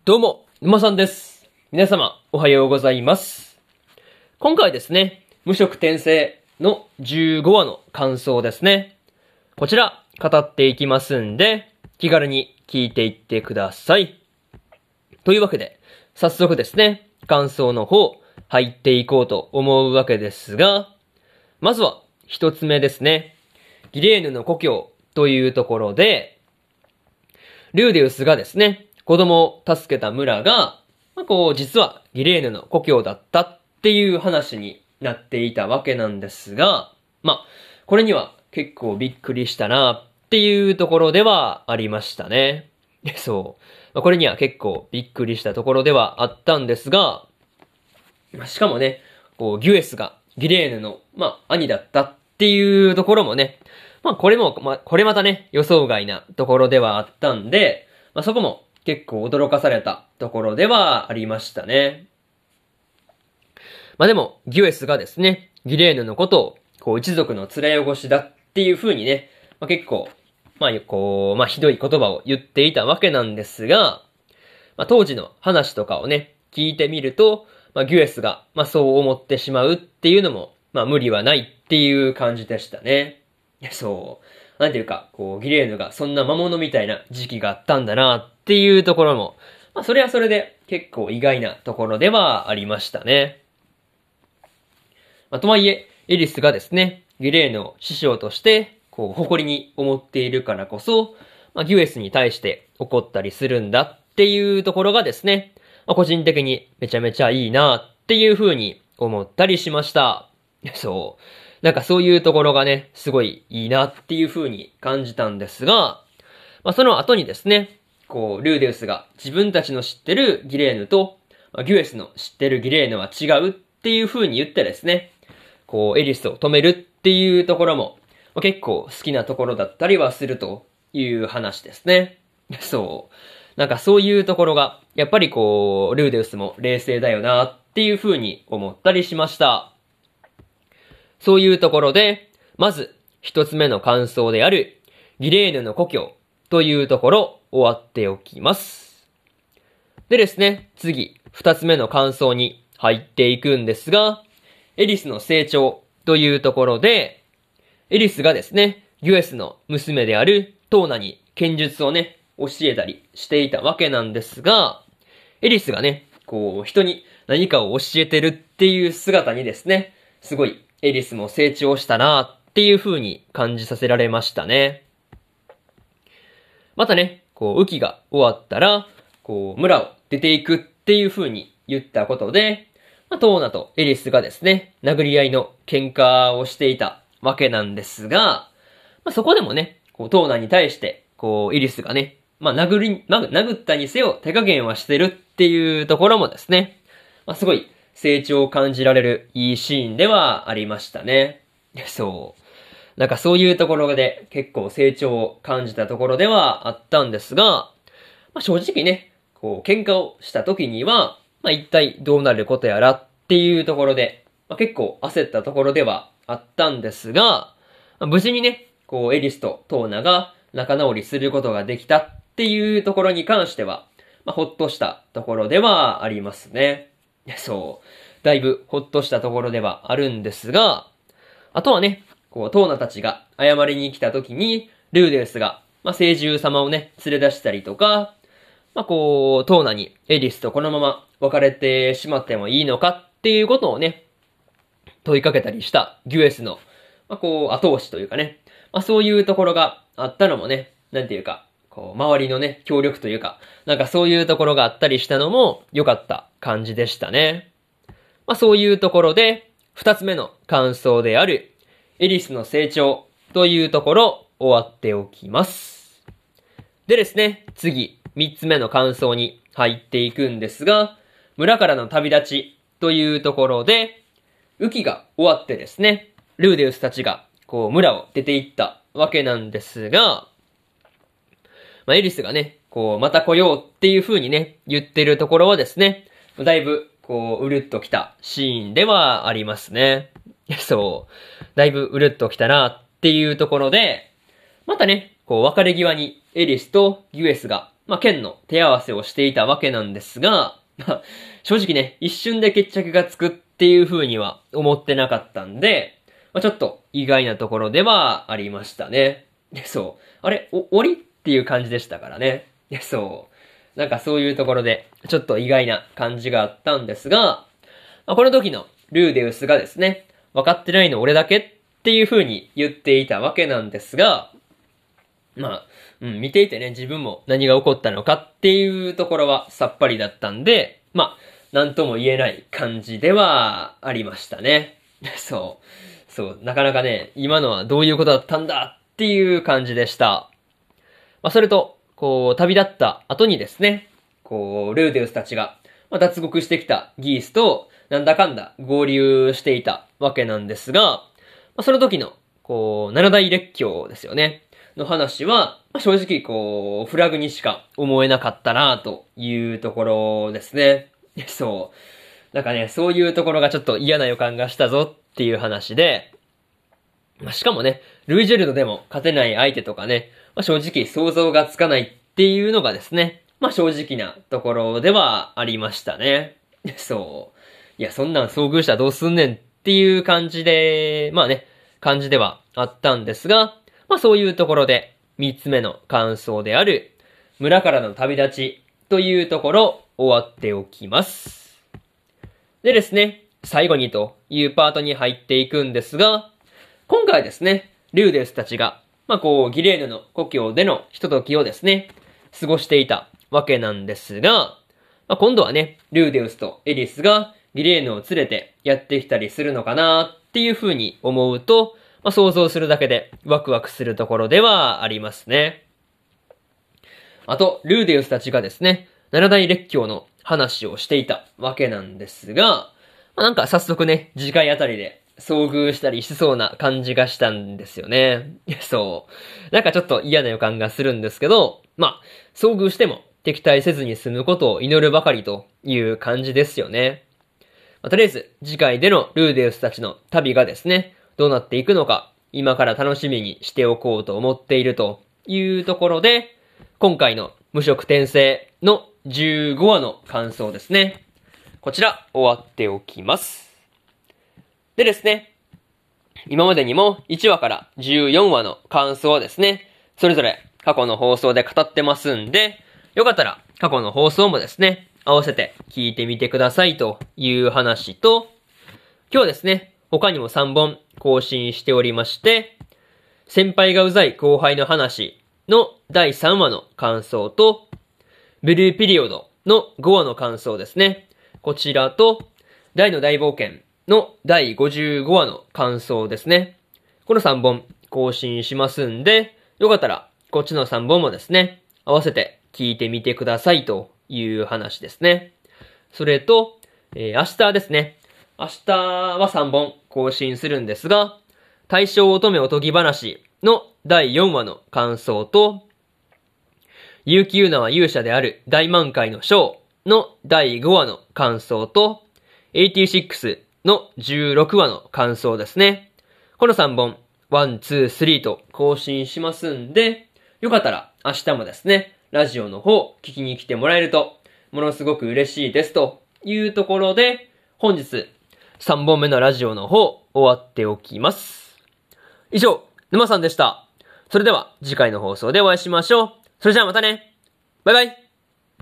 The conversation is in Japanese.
どうも、沼さんです。皆様、おはようございます。今回ですね、無職転生の15話の感想ですね。こちら、語っていきますんで、気軽に聞いていってください。というわけで、早速ですね、感想の方、入っていこうと思うわけですが、まずは、一つ目ですね。ギレーヌの故郷というところで、ルーデウスがですね、子供を助けた村が、実はギレーヌの故郷だったっていう話になっていたわけなんですが、これには結構びっくりしたなっていうところではありましたね。そう。これには結構びっくりしたところではあったんですが、しかもね、ギュエスがギレーヌの、兄だったっていうところもね、これまたね、予想外なところではあったんで、そこも結構驚かされたところではありましたね。でも、ギュエスがですね、ギレーヌのことを、一族の連れ汚しだっていう風にね、結構、ひどい言葉を言っていたわけなんですが、当時の話とかをね、聞いてみると、ギュエスが、そう思ってしまうっていうのも、無理はないっていう感じでしたね。そう。なんていうか、ギレーヌがそんな魔物みたいな時期があったんだなっていうところも、それはそれで結構意外なところではありましたね。とはいえ、エリスがですね、ギレーヌを師匠として、誇りに思っているからこそ、ギュエスに対して怒ったりするんだっていうところがですね、個人的にめちゃめちゃいいなっていう風に思ったりしました。そう。なんかそういうところがね、すごいいいなっていう風に感じたんですが、その後にですね、ルーデウスが自分たちの知ってるギレーヌと、ギュエスの知ってるギレーヌは違うっていう風に言ってですね、エリスを止めるっていうところも、結構好きなところだったりはするという話ですね。そう。なんかそういうところが、やっぱりルーデウスも冷静だよなっていう風に思ったりしました。そういうところで、まず一つ目の感想である、ギレーヌの故郷というところ終わっておきます。でですね、次、二つ目の感想に入っていくんですが、エリスの成長というところで、エリスがですね、ギュエスの娘であるトーナに剣術をね、教えたりしていたわけなんですが、エリスがね、人に何かを教えてるっていう姿にですね、すごいエリスも成長したなっていう風に感じさせられましたね。またね、雨季が終わったら、村を出ていくっていう風に言ったことで、トーナとエリスがですね、殴り合いの喧嘩をしていたわけなんですが、そこでもね、トーナに対して、エリスがね、殴ったにせよ手加減はしてるっていうところもですね、すごい成長を感じられるいいシーンではありましたね。そう。なんかそういうところで結構成長を感じたところではあったんですが、正直ね、喧嘩をした時には、一体どうなることやらっていうところで、結構焦ったところではあったんですが、無事にね、エリスとトーナが仲直りすることができたっていうところに関しては、ほっとしたところではありますね。そう。だいぶほっとしたところではあるんですが、あとはね、トーナたちが謝りに来た時に、ルーデウスが、聖獣様をね、連れ出したりとか、トーナにエリスとこのまま別れてしまってもいいのかっていうことをね、問いかけたりしたギュエスの、後押しというかね、そういうところがあったのもね、なんていうか、周りのね、協力というか、なんかそういうところがあったりしたのも良かった感じでしたね。そういうところで、二つ目の感想である、エリスの成長というところ終わっておきます。でですね、次、三つ目の感想に入っていくんですが、村からの旅立ちというところで、雨季が終わってですね、ルーデウスたちが村を出て行ったわけなんですが、エリスがね、また来ようっていう風にね、言ってるところはですね、だいぶうるっときたシーンではありますね。そう。だいぶうるっときたなっていうところで、またね、別れ際にエリスとギュエスが剣の手合わせをしていたわけなんですが、正直ね、一瞬で決着がつくっていう風には思ってなかったんで、ちょっと意外なところではありましたね。で、そう。あれ、終わりっていう感じでしたからね。で、そう。なんかそういうところで、ちょっと意外な感じがあったんですが、この時のルーデウスがですね、分かってないの俺だけっていう風に言っていたわけなんですが、見ていてね、自分も何が起こったのかっていうところはさっぱりだったんで、なんとも言えない感じではありましたね。そう、なかなかね、今のはどういうことだったんだっていう感じでした。それと、旅立った後にですね、ルーデウスたちが、脱獄してきたギースと、なんだかんだ合流していたわけなんですが、その時の、七大列強ですよね。の話は、正直フラグにしか思えなかったなというところですね。そう。なんかね、そういうところがちょっと嫌な予感がしたぞっていう話で、しかもね、ルイジェルドでも勝てない相手とかね、正直想像がつかないっていうのがですね、正直なところではありましたね。そう。いや、そんなん遭遇したらどうすんねんっていう感じで、感じではあったんですが、そういうところで、三つ目の感想である、村からの旅立ちというところ、終わっておきます。でですね、最後にというパートに入っていくんですが、今回ですね、ルーデウスたちが、ギレーヌの故郷でのひとときをですね、過ごしていたわけなんですが、今度はね、ルーデウスとエリスがギレーヌを連れてやってきたりするのかなっていう風に思うと、想像するだけでワクワクするところではありますね。あと、ルーデウスたちがですね、七大列強の話をしていたわけなんですが、なんか早速ね、次回あたりで遭遇したりしそうな感じがしたんですよね。そう。なんかちょっと嫌な予感がするんですけど、遭遇しても敵対せずに済むことを祈るばかりという感じですよね。とりあえず、次回でのルーデウスたちの旅がですね、どうなっていくのか、今から楽しみにしておこうと思っているというところで、今回の無色転生の15話の感想ですね。こちら、終わっておきます。でですね、今までにも1話から14話の感想はですね、それぞれ過去の放送で語ってますんで、よかったら過去の放送もですね、合わせて聞いてみてくださいという話と、今日はですね、他にも3本更新しておりまして、先輩がうざい後輩の話の第3話の感想と、ブルーピリオドの5話の感想ですね。こちらと、大の大冒険の第55話の感想ですね。この3本更新しますんで、よかったらこっちの3本もですね、合わせて聞いてみてくださいという話ですね。それと、明日ですね。明日は3本更新するんですが、大正乙女おとぎ話の第4話の感想と、結城優奈は勇者である大満開のショーの第5話の感想と、86の16話の感想ですね。この3本、1、2、3と更新しますんで、よかったら明日もですね、ラジオの方聞きに来てもらえると、ものすごく嬉しいですというところで、本日3本目のラジオの方終わっておきます。以上、沼さんでした。それでは次回の放送でお会いしましょう。それじゃあまたね。バイバイ。